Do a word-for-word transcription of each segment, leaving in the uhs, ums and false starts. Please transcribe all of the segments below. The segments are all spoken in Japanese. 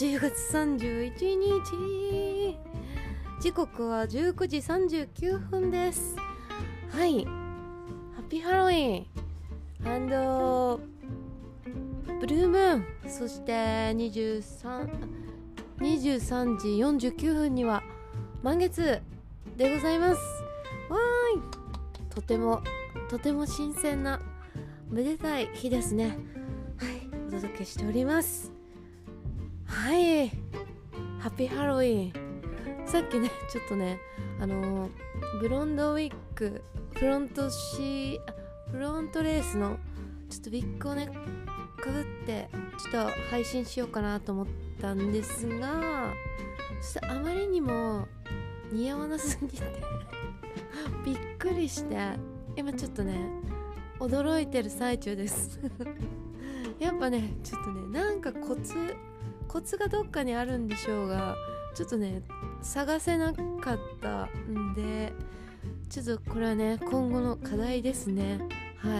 しがつさんじゅういちにち、時刻はじゅうくじさんじゅうきゅうふんです。はい、ハッピーハロウィン&ブルームーン、そしてにじゅうさん、にじゅうさんじよんじゅうきゅうふんには満月でございます。わーい、とてもとても新鮮なめでたい日ですね。はい、お届けしております。はい、ハッピーハロウィン。さっきねちょっとねあのー、ブロンドウィッグフロントシーフロントレースのちょっとウィッグをねかぶってちょっと配信しようかなと思ったんですが、ちょっとあまりにも似合わなすぎてびっくりして今ちょっとね驚いてる最中ですやっぱねちょっとねなんかコツコツがどっかにあるんでしょうが、ちょっとね探せなかったんで、ちょっとこれはね今後の課題ですね。はい。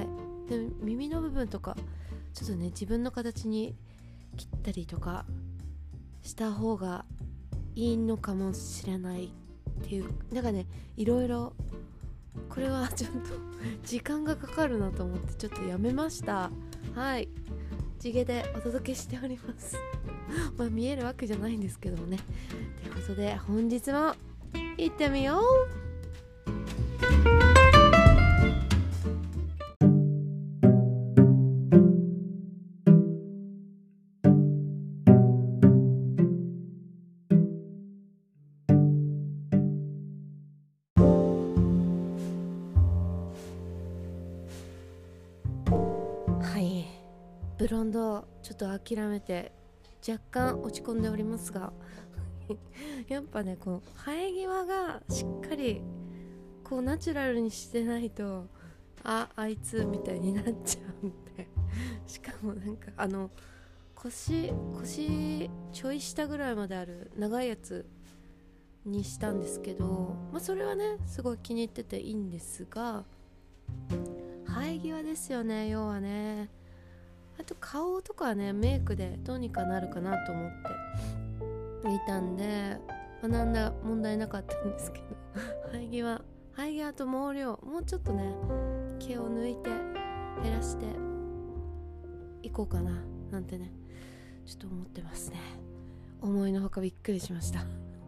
で耳の部分とかちょっとね自分の形に切ったりとかした方がいいのかもしれないっていう、なんかねいろいろこれはちょっと時間がかかるなと思ってちょっとやめました。はい、地毛でお届けしておりますまあ見えるわけじゃないんですけどもね。ということで本日も行ってみよう。はい、ブロンドちょっと諦めて若干落ち込んでおりますがやっぱねこう生え際がしっかりこうナチュラルにしてないとああいつみたいになっちゃうんでしかもなんかあの腰腰ちょい下ぐらいまである長いやつにしたんですけど、まあそれはねすごい気に入ってていいんですが、生え際ですよね。要はね、あと顔とかはねメイクでどうにかなるかなと思っていたんで、まあ、なんだ問題なかったんですけど生え際生え際と毛量もうちょっとね毛を抜いて減らしていこうかななんてねちょっと思ってますね。思いのほかびっくりしました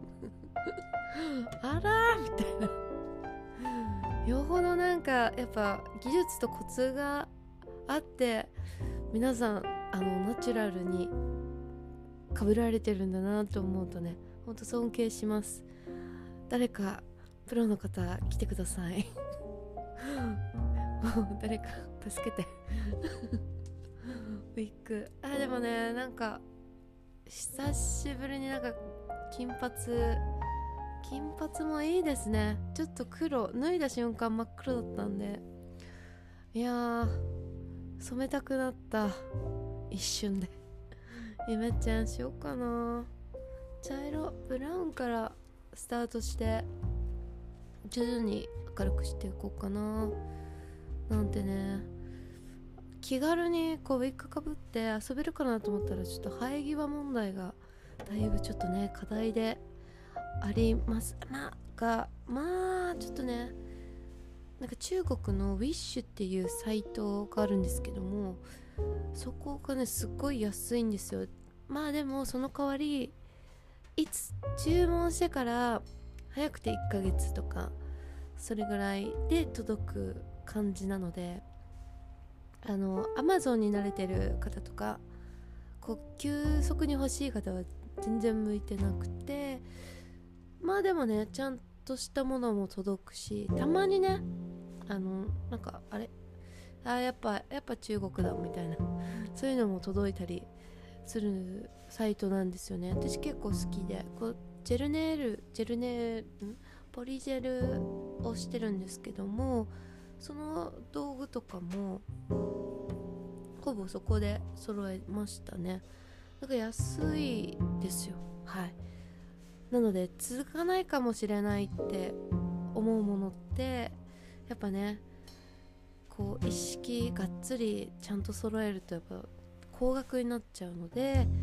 あらーみたいな、よほどなんかやっぱ技術とコツがあって皆さんあのナチュラルに被られてるんだなと思うとねほんと尊敬します。誰かプロの方来てくださいもう誰か助けてウィッグ、あでもねなんか久しぶりになんか金髪金髪もいいですね。ちょっと黒脱いだ瞬間真っ黒だったんで、いやー染めたくなった一瞬でゆめちゃんしようかな。茶色ブラウンからスタートして徐々に明るくしていこうかななんてね、気軽にこうウィッグかぶって遊べるかなと思ったらちょっと生え際問題がだいぶちょっとね課題であります。まあがまあちょっとねなんか中国のウィッシュっていうサイトがあるんですけども、そこがねすっごい安いんですよ。まあでもその代わりいつ注文してから早くていっかげつとかそれぐらいで届く感じなので、あの Amazon に慣れてる方とかこう急速に欲しい方は全然向いてなくて、まあでもねちゃんとしたものも届くし、たまにねあのなんかあれあやっぱやっぱ中国だみたいなそういうのも届いたりするサイトなんですよね。私結構好きで、こうジェルネイルジェルネイルんポリジェルをしてるんですけども、その道具とかもほぼそこで揃えましたね。なんか安いですよ。はい。なので続かないかもしれないって思うものってやっぱねこう一式がっつりちゃんと揃えるとやっぱ高額になっちゃうので、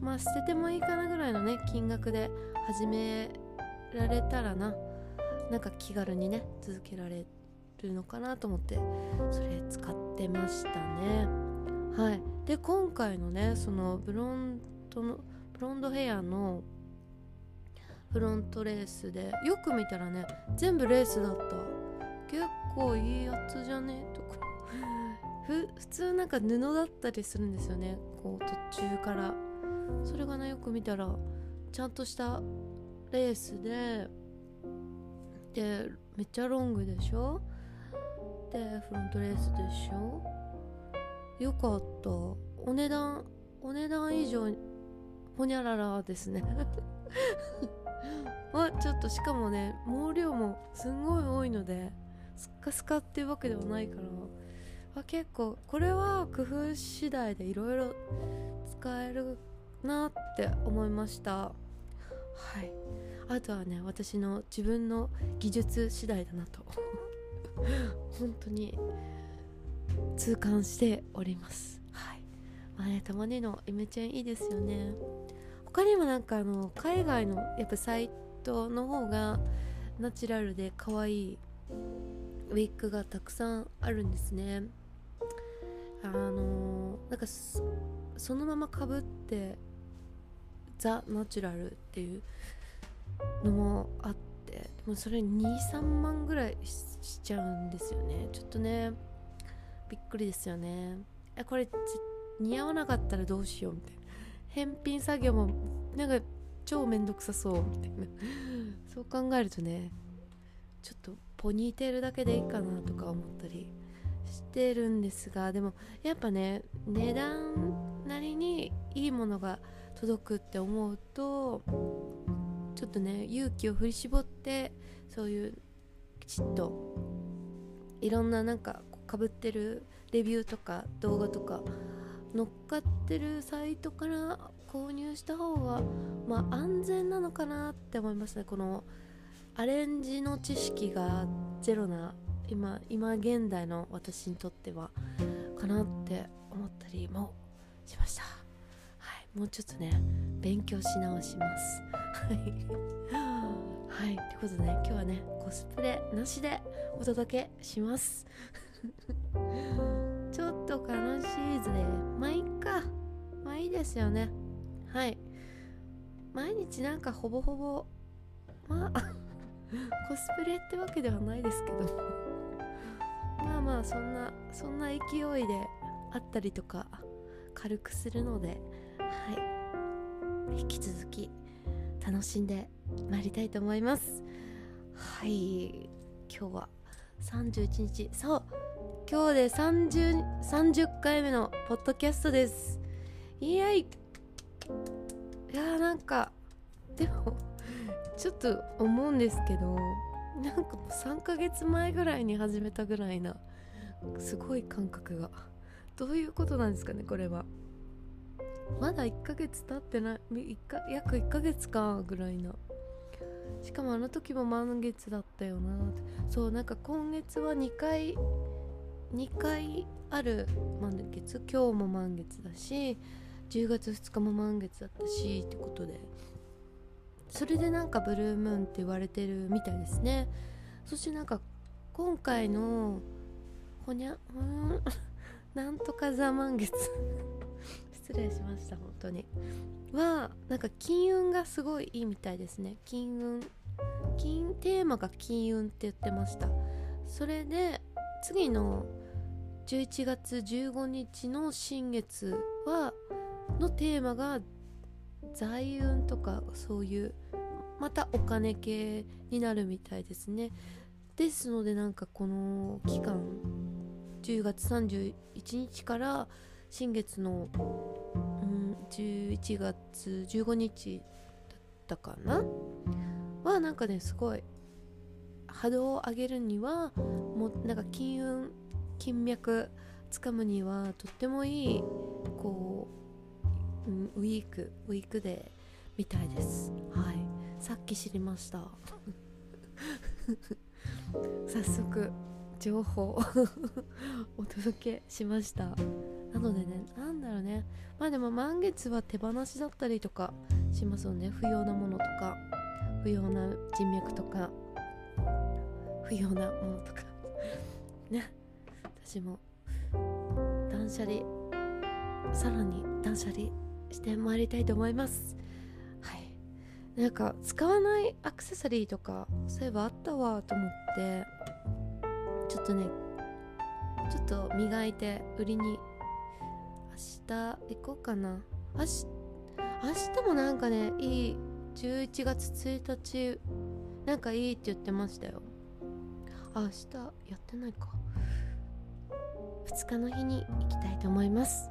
まあ捨ててもいいかなぐらいのね金額で始められたらな、なんか気軽にね続けられるのかなと思ってそれ使ってましたね。はい。で今回のねそのブロンドのブロンドヘアのフロントレースでよく見たらね全部レースだった。結構いいやつじゃねとかふ普通なんか布だったりするんですよね、こう途中から。それがねよく見たらちゃんとしたレースででめっちゃロングでしょ、でフロントレースでしょ。よかった。お値段お値段以上ほにゃららですねまあちょっとしかもね毛量もすんごい多いのでスッカスカっていうわけではないから、まあ、結構これは工夫次第でいろいろ使えるなって思いました。はい。あとはね私の自分の技術次第だなと本当に痛感しております。はい。まあね、たまにのイメチェンいいですよね。他にもなんかあの海外のやっぱサイトの方がナチュラルで可愛いウィッグがたくさんあるんですね。あのなんか そ, そのままかぶってザ・ナチュラルっていうのもあって、でもそれ にさんまんぐらい し, しちゃうんですよね。ちょっとねびっくりですよね。えこれ似合わなかったらどうしようみたいな、返品作業もなんか超めんどくさそうみたいなそう考えるとねちょっとポニーテールだけでいいかなとか思ったりしてるんですが、でもやっぱね値段なりにいいものが届くって思うとちょっとね勇気を振り絞ってそういうきちっといろんななんかかぶってるレビューとか動画とか乗っかってるサイトから購入した方がまあ安全なのかなって思いますね。このアレンジの知識がゼロな今今現代の私にとってはかなって思ったりもしました。はい、もうちょっとね勉強し直しますはい、ということで、ね、今日はねコスプレなしでお届けしますちょっと悲しいぜ。まあいいか、まあいいですよね。はい。毎日なんかほぼほぼまあコスプレってわけではないですけどまあまあそんなそんな勢いであったりとか軽くするので、はい、引き続き楽しんでまいりたいと思います。はい、今日はさんじゅういちにち、そう今日でさんじゅう、さんじゅっかいめのポッドキャストです。イエイ。いやーなんかでもちょっと思うんですけど、なんかもうさんかげつまえぐらいに始めたぐらいなすごい感覚が、どういうことなんですかねこれは。まだいっかげつ経ってない、いっか約いっかげつかぐらいな。しかもあの時も満月だったよな。そうなんか今月はにかいにかいある満月、今日も満月だしじゅうがつふつかも満月だったしってことで、それでなんかブルームーンって言われてるみたいですね。そしてなんか今回のほにゃほんなんとかザ満月失礼しました本当にはなんか金運がすごいいいみたいですね。金運金テーマが金運って言ってました。それで次のじゅういちがつじゅうごにちの新月はのテーマが財運とかそういうまたお金系になるみたいですね。ですのでなんかこの期間じゅうがつさんじゅういちにちから新月の、うん、じゅういちがつじゅうごにちだったかなはなんかねすごい波動を上げるにはもうなんか金運金脈つかむにはとってもいいこう、うん、ウィークウィークデーみたいです。はい、さっき知りました早速情報をお届けしました。 なのでね、なんだろうね、まあでも満月は手放しだったりとかしますよね。不要なものとか、不要な人脈とか、不要なものとかね。私も断捨離、さらに断捨離してまいりたいと思います。はい。なんか使わないアクセサリーとかそういえばあったわと思って、ちょっとねちょっと磨いて売りに明日行こうかな。明日明日もなんかね、いいじゅういちがつついたちなんかいいって言ってましたよ。あ、明日やってないか。ふつかの日に行きたいと思います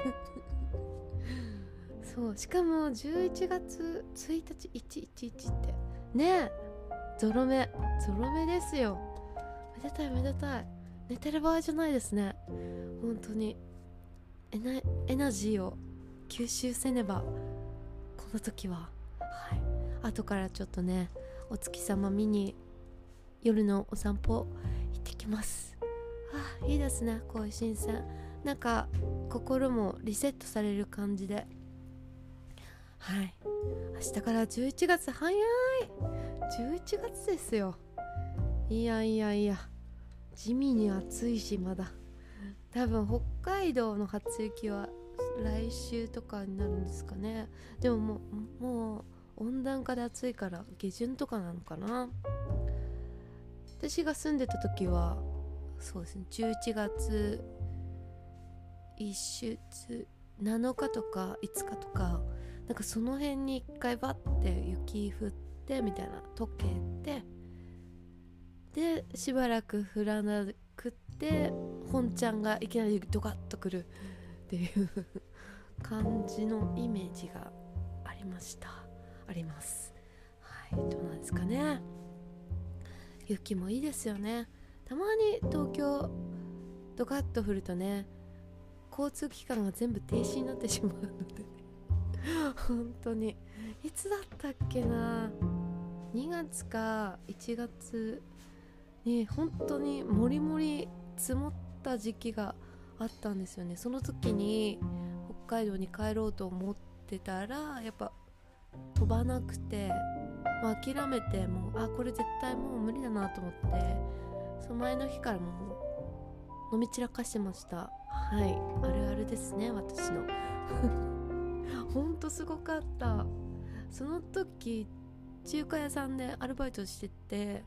そう、しかもじゅういちがつついたちいちいちいちってねえ、ゾロ目ゾロ目ですよ。めでたいめでたい。寝てる場合じゃないですね。本当にエナ、エナジーを吸収せねば、この時は。はい。後からちょっとね、お月様見に夜のお散歩行ってきます。あ、いいですね、こういう新鮮。なんか心もリセットされる感じで。はい。明日からじゅういちがつ、早い。じゅういちがつですよ。いやいやいや、地味に暑いし、まだ多分北海道の初雪は来週とかになるんですかね。でももうもう温暖化で暑いから下旬とかなのかな。私が住んでた時はそうですね、じゅういちがつ一週なのかとかいつかとか、なんかその辺に一回バッて雪降ってみたいな、溶けて、でしばらく降らなくって本ちゃんがいきなりドカッとくるっていう感じのイメージがありましたあります。はい、どうなんですかね。雪もいいですよね。たまに東京ドカッと降るとね、交通機関が全部停止になってしまうので本当にいつだったっけな、にがつかいちがつに本当にもりもり積もった時期があったんですよね。その時に北海道に帰ろうと思ってたら、やっぱ飛ばなくて、まあ、諦めて、もうあこれ絶対もう無理だなと思って、その前の日からもう飲み散らかしてました。はい、あるあるですね、私のほんとすごかった。その時中華屋さんでアルバイトしてて、で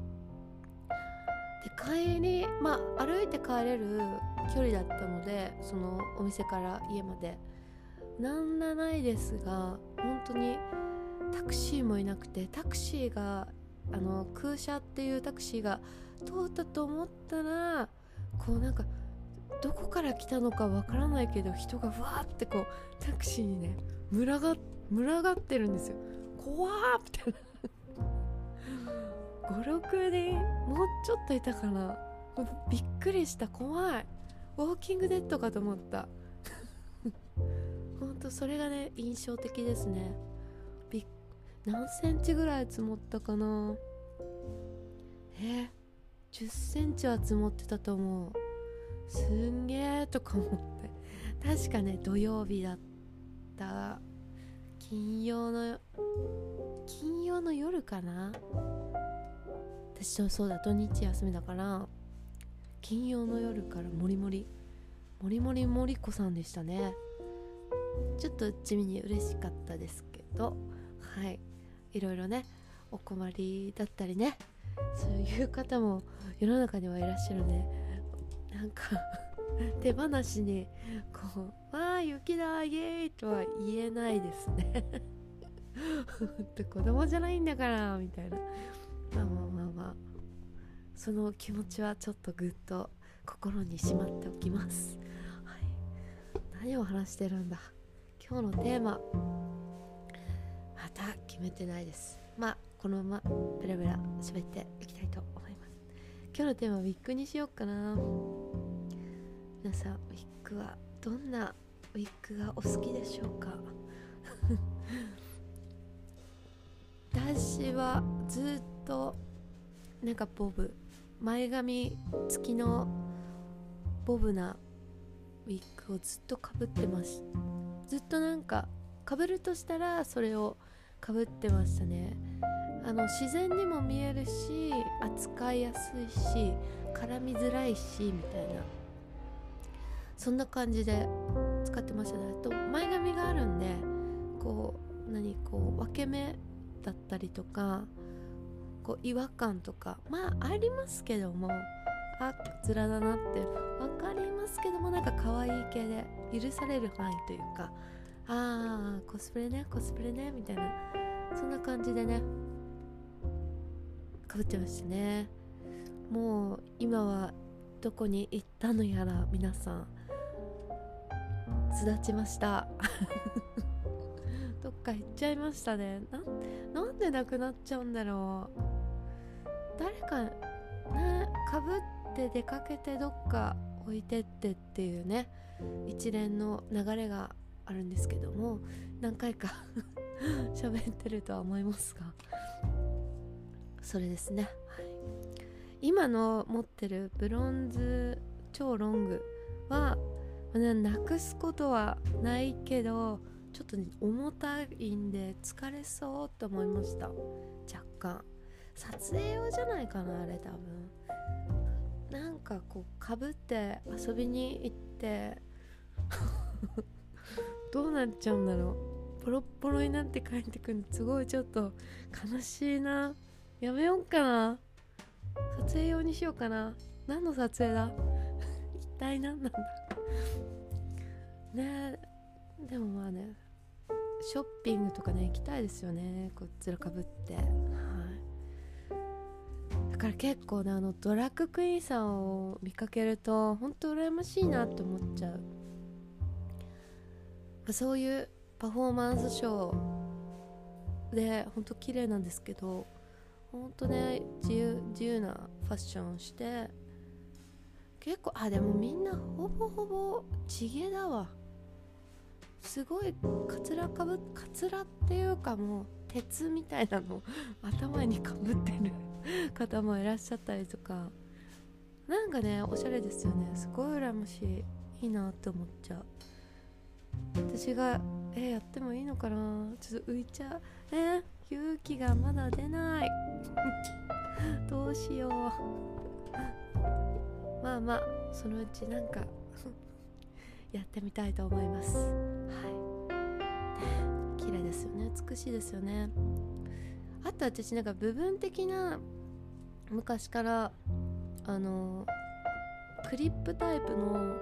帰り、まあ歩いて帰れる距離だったので、そのお店から家までなんらないですが、本当にタクシーもいなくて、タクシーがあの空車っていうタクシーが通ったと思ったら、こうなんかどこから来たのかわからないけど、人がわーってこうタクシーにね群が群がってるんですよ。怖ーみたいなご、ろくにんもうちょっといたかな。びっくりした、怖い。ウォーキングデッドかと思ったほんとそれがね印象的ですね。び何センチぐらい積もったかな。えじゅっセンチは積もってたと思う。すんげーとか思って。確かね土曜日だった。金曜の金曜の夜かな。私とそうだ、土日休みだから金曜の夜からもりもりもりもりもりこさんでしたね。ちょっと地味に嬉しかったですけど、はい、いろいろねお困りだったりね、そういう方も世の中にはいらっしゃるね。なんか手放しにこうわー雪だイエーイとは言えないですね子供じゃないんだからみたいな。まあまあまあまあ、その気持ちはちょっとぐっと心にしまっておきます、はい、何を話してるんだ。今日のテーマまた決めてないです。まあこのままベラベラ喋っていきたいと思います。今日のテーマはウィッグにしようかな。皆さんウィッグはどんなウィッグがお好きでしょうか私はずっとなんかボブ、前髪付きのボブなウィッグをずっとかぶってましずっとなんかかぶるとしたらそれをかぶってましたね。あの自然にも見えるし扱いやすいし絡みづらいしみたいな、そんな感じで使ってましたね。あと前髪があるんでこう何こう分け目だったりとかこう違和感とかまあありますけども、あずらだなって分かりますけども、なんか可愛い系で許される範囲というか、あーコスプレねコスプレねみたいな、そんな感じでねかぶってましたね。もう今はどこに行ったのやら皆さん巣立ちましたどっか行っちゃいましたね。な、なんでなくなっちゃうんだろう。誰かねかぶって出かけてどっか置いてってっていうね一連の流れがあるんですけども、何回か喋ってるとは思いますが、それですね、はい、今の持ってるブロンズ超ロングはなくすことはないけどちょっと、ね、重たいんで疲れそうと思いました。若干撮影用じゃないかなあれ多分。なんかこうかぶって遊びに行ってどうなっちゃうんだろう。ポロッポロになって帰ってくるのすごいちょっと悲しいな。やめようかな。撮影用にしようかな。何の撮影だ一体何なんだね。えでもまあねショッピングとかね行きたいですよね、こっちらかぶって、はい、だから結構ねあのドラッグクイーンさんを見かけると本当羨ましいなって思っちゃう。そういうパフォーマンスショーで本当綺麗なんですけど、本当ね自由自由なファッションして結構あでもみんなほぼほぼ地毛だわ。すごいカツラかぶカツラっていうかもう鉄みたいなの頭にかぶってる方もいらっしゃったりとか、なんかねおしゃれですよね。すごい羨ましい、いいなって思っちゃう。私がえやってもいいのかな、ちょっと浮いちゃう。え勇気がまだ出ないどうしようまあまあそのうちなんかやってみたいと思います。はい、綺麗ですよね、美しいですよね。あと私なんか部分的な昔からあのクリップタイプの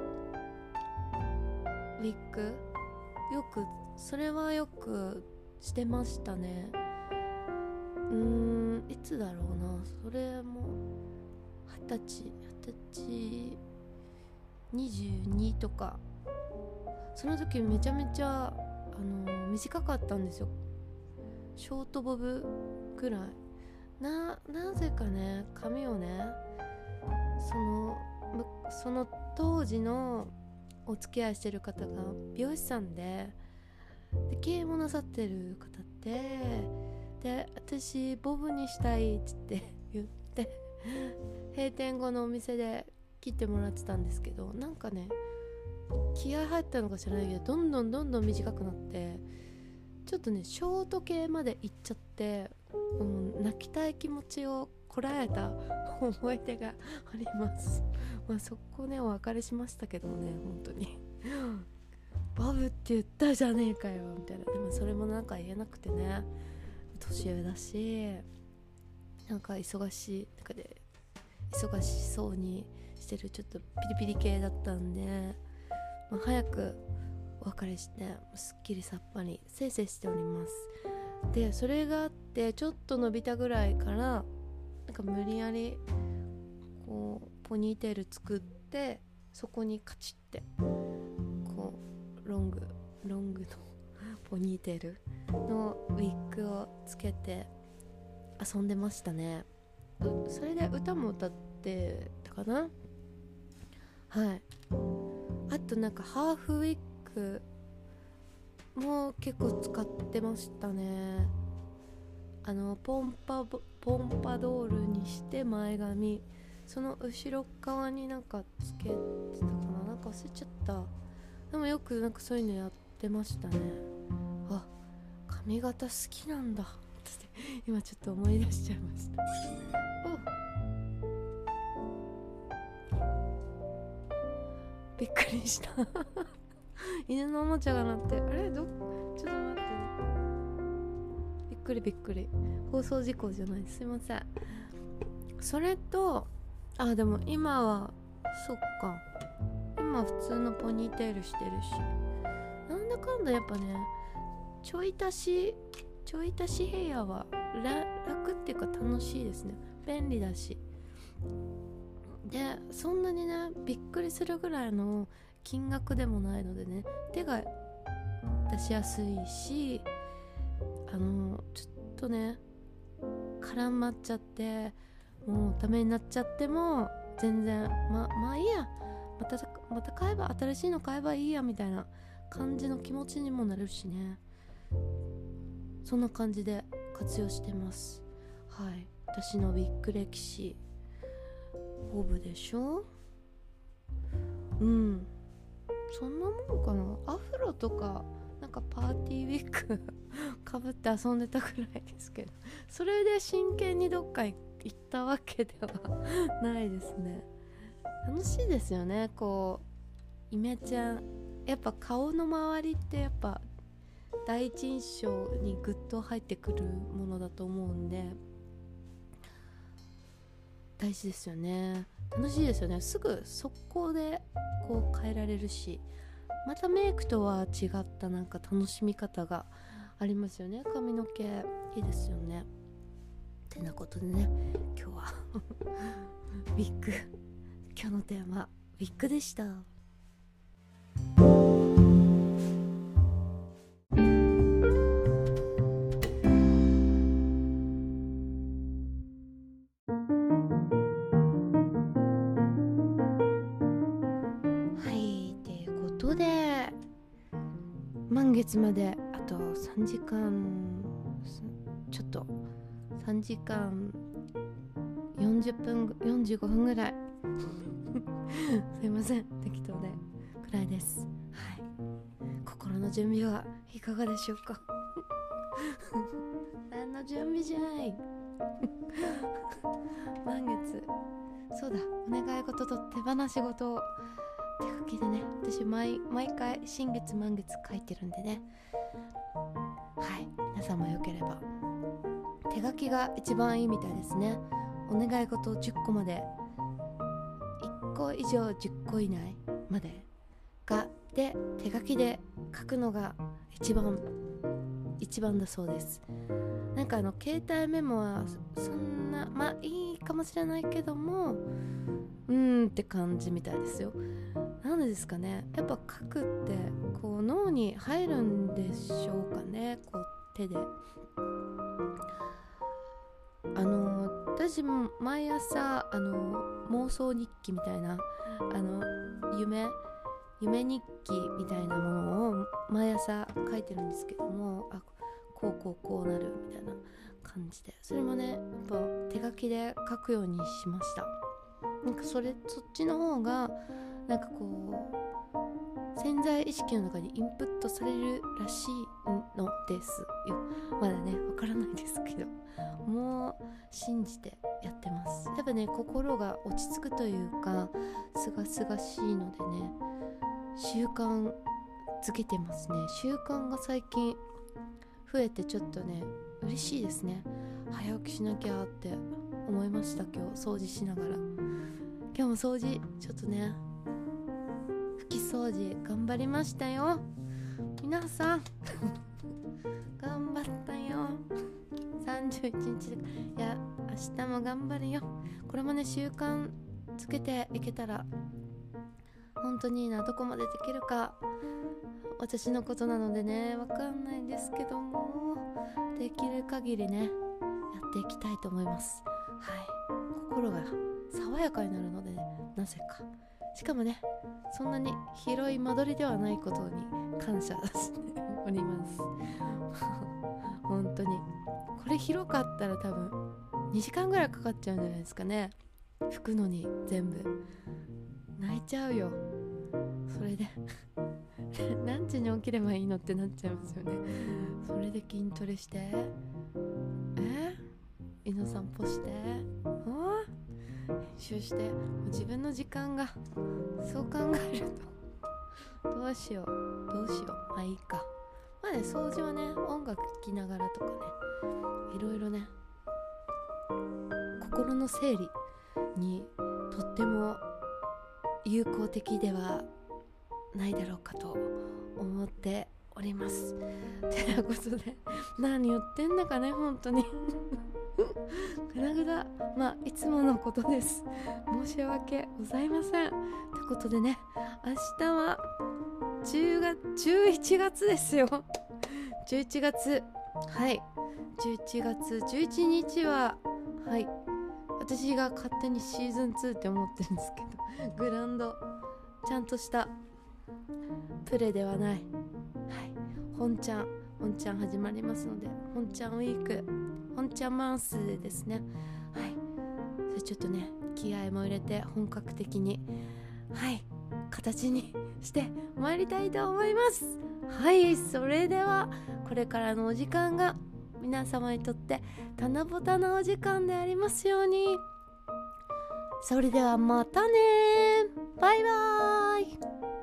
ウィッグよくそれはよくしてましたね。うーんいつだろうな、それも二十歳二十歳にじゅうにとか、その時めちゃめちゃあの短かったんですよ。ショートボブくらいな、なぜかね髪をねそのその当時のお付き合いしてる方が美容師さんで、で経営もなさってる方で、で私ボブにしたいっつって言って閉店後のお店で切ってもらってたんですけど、なんかね気合入ったのか知らないけどどんどんどんどん短くなってちょっとねショート系まで行っちゃって、うん、泣きたい気持ちをこらえた思い出があります。まあそこねお別れしましたけどね、本当にボブって言ったじゃねえかよみたいな。でもそれもなんか言えなくてね、年上だしなんか忙しいなんかで忙しそうにしてるちょっとピリピリ系だったんで、まあ、早くお別れしてすっきりさっぱりせいせいしております。でそれがあってちょっと伸びたぐらいからなんか無理やりこうポニーテール作ってそこにカチッてこうロングロングのポニーテールのウィッグをつけて遊んでましたね。それで歌も歌ってたかな。はい。あとなんかハーフウィッグも結構使ってましたね。あのポンパポンパドールにして前髪、その後ろ側になんかつけてたかな、なんかか忘れちゃった。でもよくなんかそういうのやってましたね。あ、髪型好きなんだって今ちょっと思い出しちゃいました。おびっくりした犬のおもちゃが鳴って、あれどちょっと待って、びっくりびっくり、放送事故じゃない、すいません。それとあ、でも今はそっか、今普通のポニーテールしてるし、なんだかんだやっぱね、ちょい足しちょい足しヘアは楽っていうか楽しいですね。便利だし、でそんなにねびっくりするぐらいの金額でもないのでね、手が出しやすいし、あのちょっとね絡まっちゃってもうダメになっちゃっても全然ままあいいや、またまた買えば、新しいの買えばいいやみたいな感じの気持ちにもなるしね、そんな感じで活用してます。はい、私のウィッグ歴史ボブでしょ。うん、そんなもんかな。アフロとかなんかパーティーウィッグかぶって遊んでたくらいですけど、それで真剣にどっか行ったわけではないですね。楽しいですよね。こうイメちゃん、やっぱ顔の周りってやっぱ第一印象にグッと入ってくるものだと思うんで大事ですよね。楽しいですよね。すぐ速攻でこう変えられるし、またメイクとは違ったなんか楽しみ方がありますよね。髪の毛いいですよね。ってなことでね、今日はウィッグ、今日のテーマウィッグでした。満月まであとさんじかん、ちょっとさんじかんよんじゅっぷんよんじゅうごふんぐらいすいません、適当でくらいです。はい、心の準備はいかがでしょうか何の準備じゃい満月、そうだ、お願い事と手放し事を手書きでね、私 毎, 毎回新月満月書いてるんでね、はい、皆さんもよければ。手書きが一番いいみたいですね。お願い事をじゅっこまで、いっこ以上じゅっこ以内までがで手書きで書くのが一番一番だそうです。なんかあの携帯メモはそんなまあいいかもしれないけども、うーんって感じみたいですよ。なんでですかね、やっぱ書くってこう脳に入るんでしょうかね、こう手で。あの私も毎朝あの妄想日記みたいな、あの夢夢日記みたいなものを毎朝書いてるんですけども、あこうこうこうなるみたいな感じで、それもねやっぱ手書きで書くようにしました。なんかそれそっちの方がなんかこう潜在意識の中にインプットされるらしいのですよ。まだねわからないですけど、もう信じてやってます。やっぱね心が落ち着くというかすがすがしいのでね、習慣づけてますね。習慣が最近増えてちょっとね嬉しいですね。早起きしなきゃって思いました。今日掃除しながら、今日も掃除ちょっとね拭き掃除頑張りましたよ皆さん頑張ったよ。さんじゅういちにちで、いや明日も頑張るよ。これもね習慣つけていけたら本当にいいな。どこまでできるか私のことなのでねわかんないんですけども、できる限りねやっていきたいと思います。はい、心が爽やかになるので、ね、なぜか、しかもねそんなに広い間取りではないことに感謝しております本当にこれ広かったら多分にじかんぐらいかかっちゃうんじゃないですかね、拭くのに全部。泣いちゃうよ。 それで何時に起きればいいのってなっちゃいますよね。それで筋トレして、え犬散歩して、あ編集して、自分の時間が、そう考えるとどうしようどうしようまあいいか。まあね、掃除はね、音楽聴きながらとかね、いろいろね、心の整理にとっても有効的ではないだろうかと思っております。てなことで、何言ってんだかね、本当にぐだぐだ、まあいつものことです。申し訳ございません。ってことでね、明日はじゅうがつじゅういちがつですよ。じゅういちがつ、はいじゅういちがつじゅういちにちは、はい私が勝手にシーズンツーって思ってるんですけど、グランドちゃんとしたプレではない、はい本ちゃん本ちゃん始まりますので、本ちゃんウィーク、本ちゃんマンスですね。はいそれちょっとね、気合も入れて本格的に、はい形にして参りたいと思います。はい、それではこれからのお時間が皆様にとって棚ぼたなお時間でありますように。それではまたね、バイバーイ。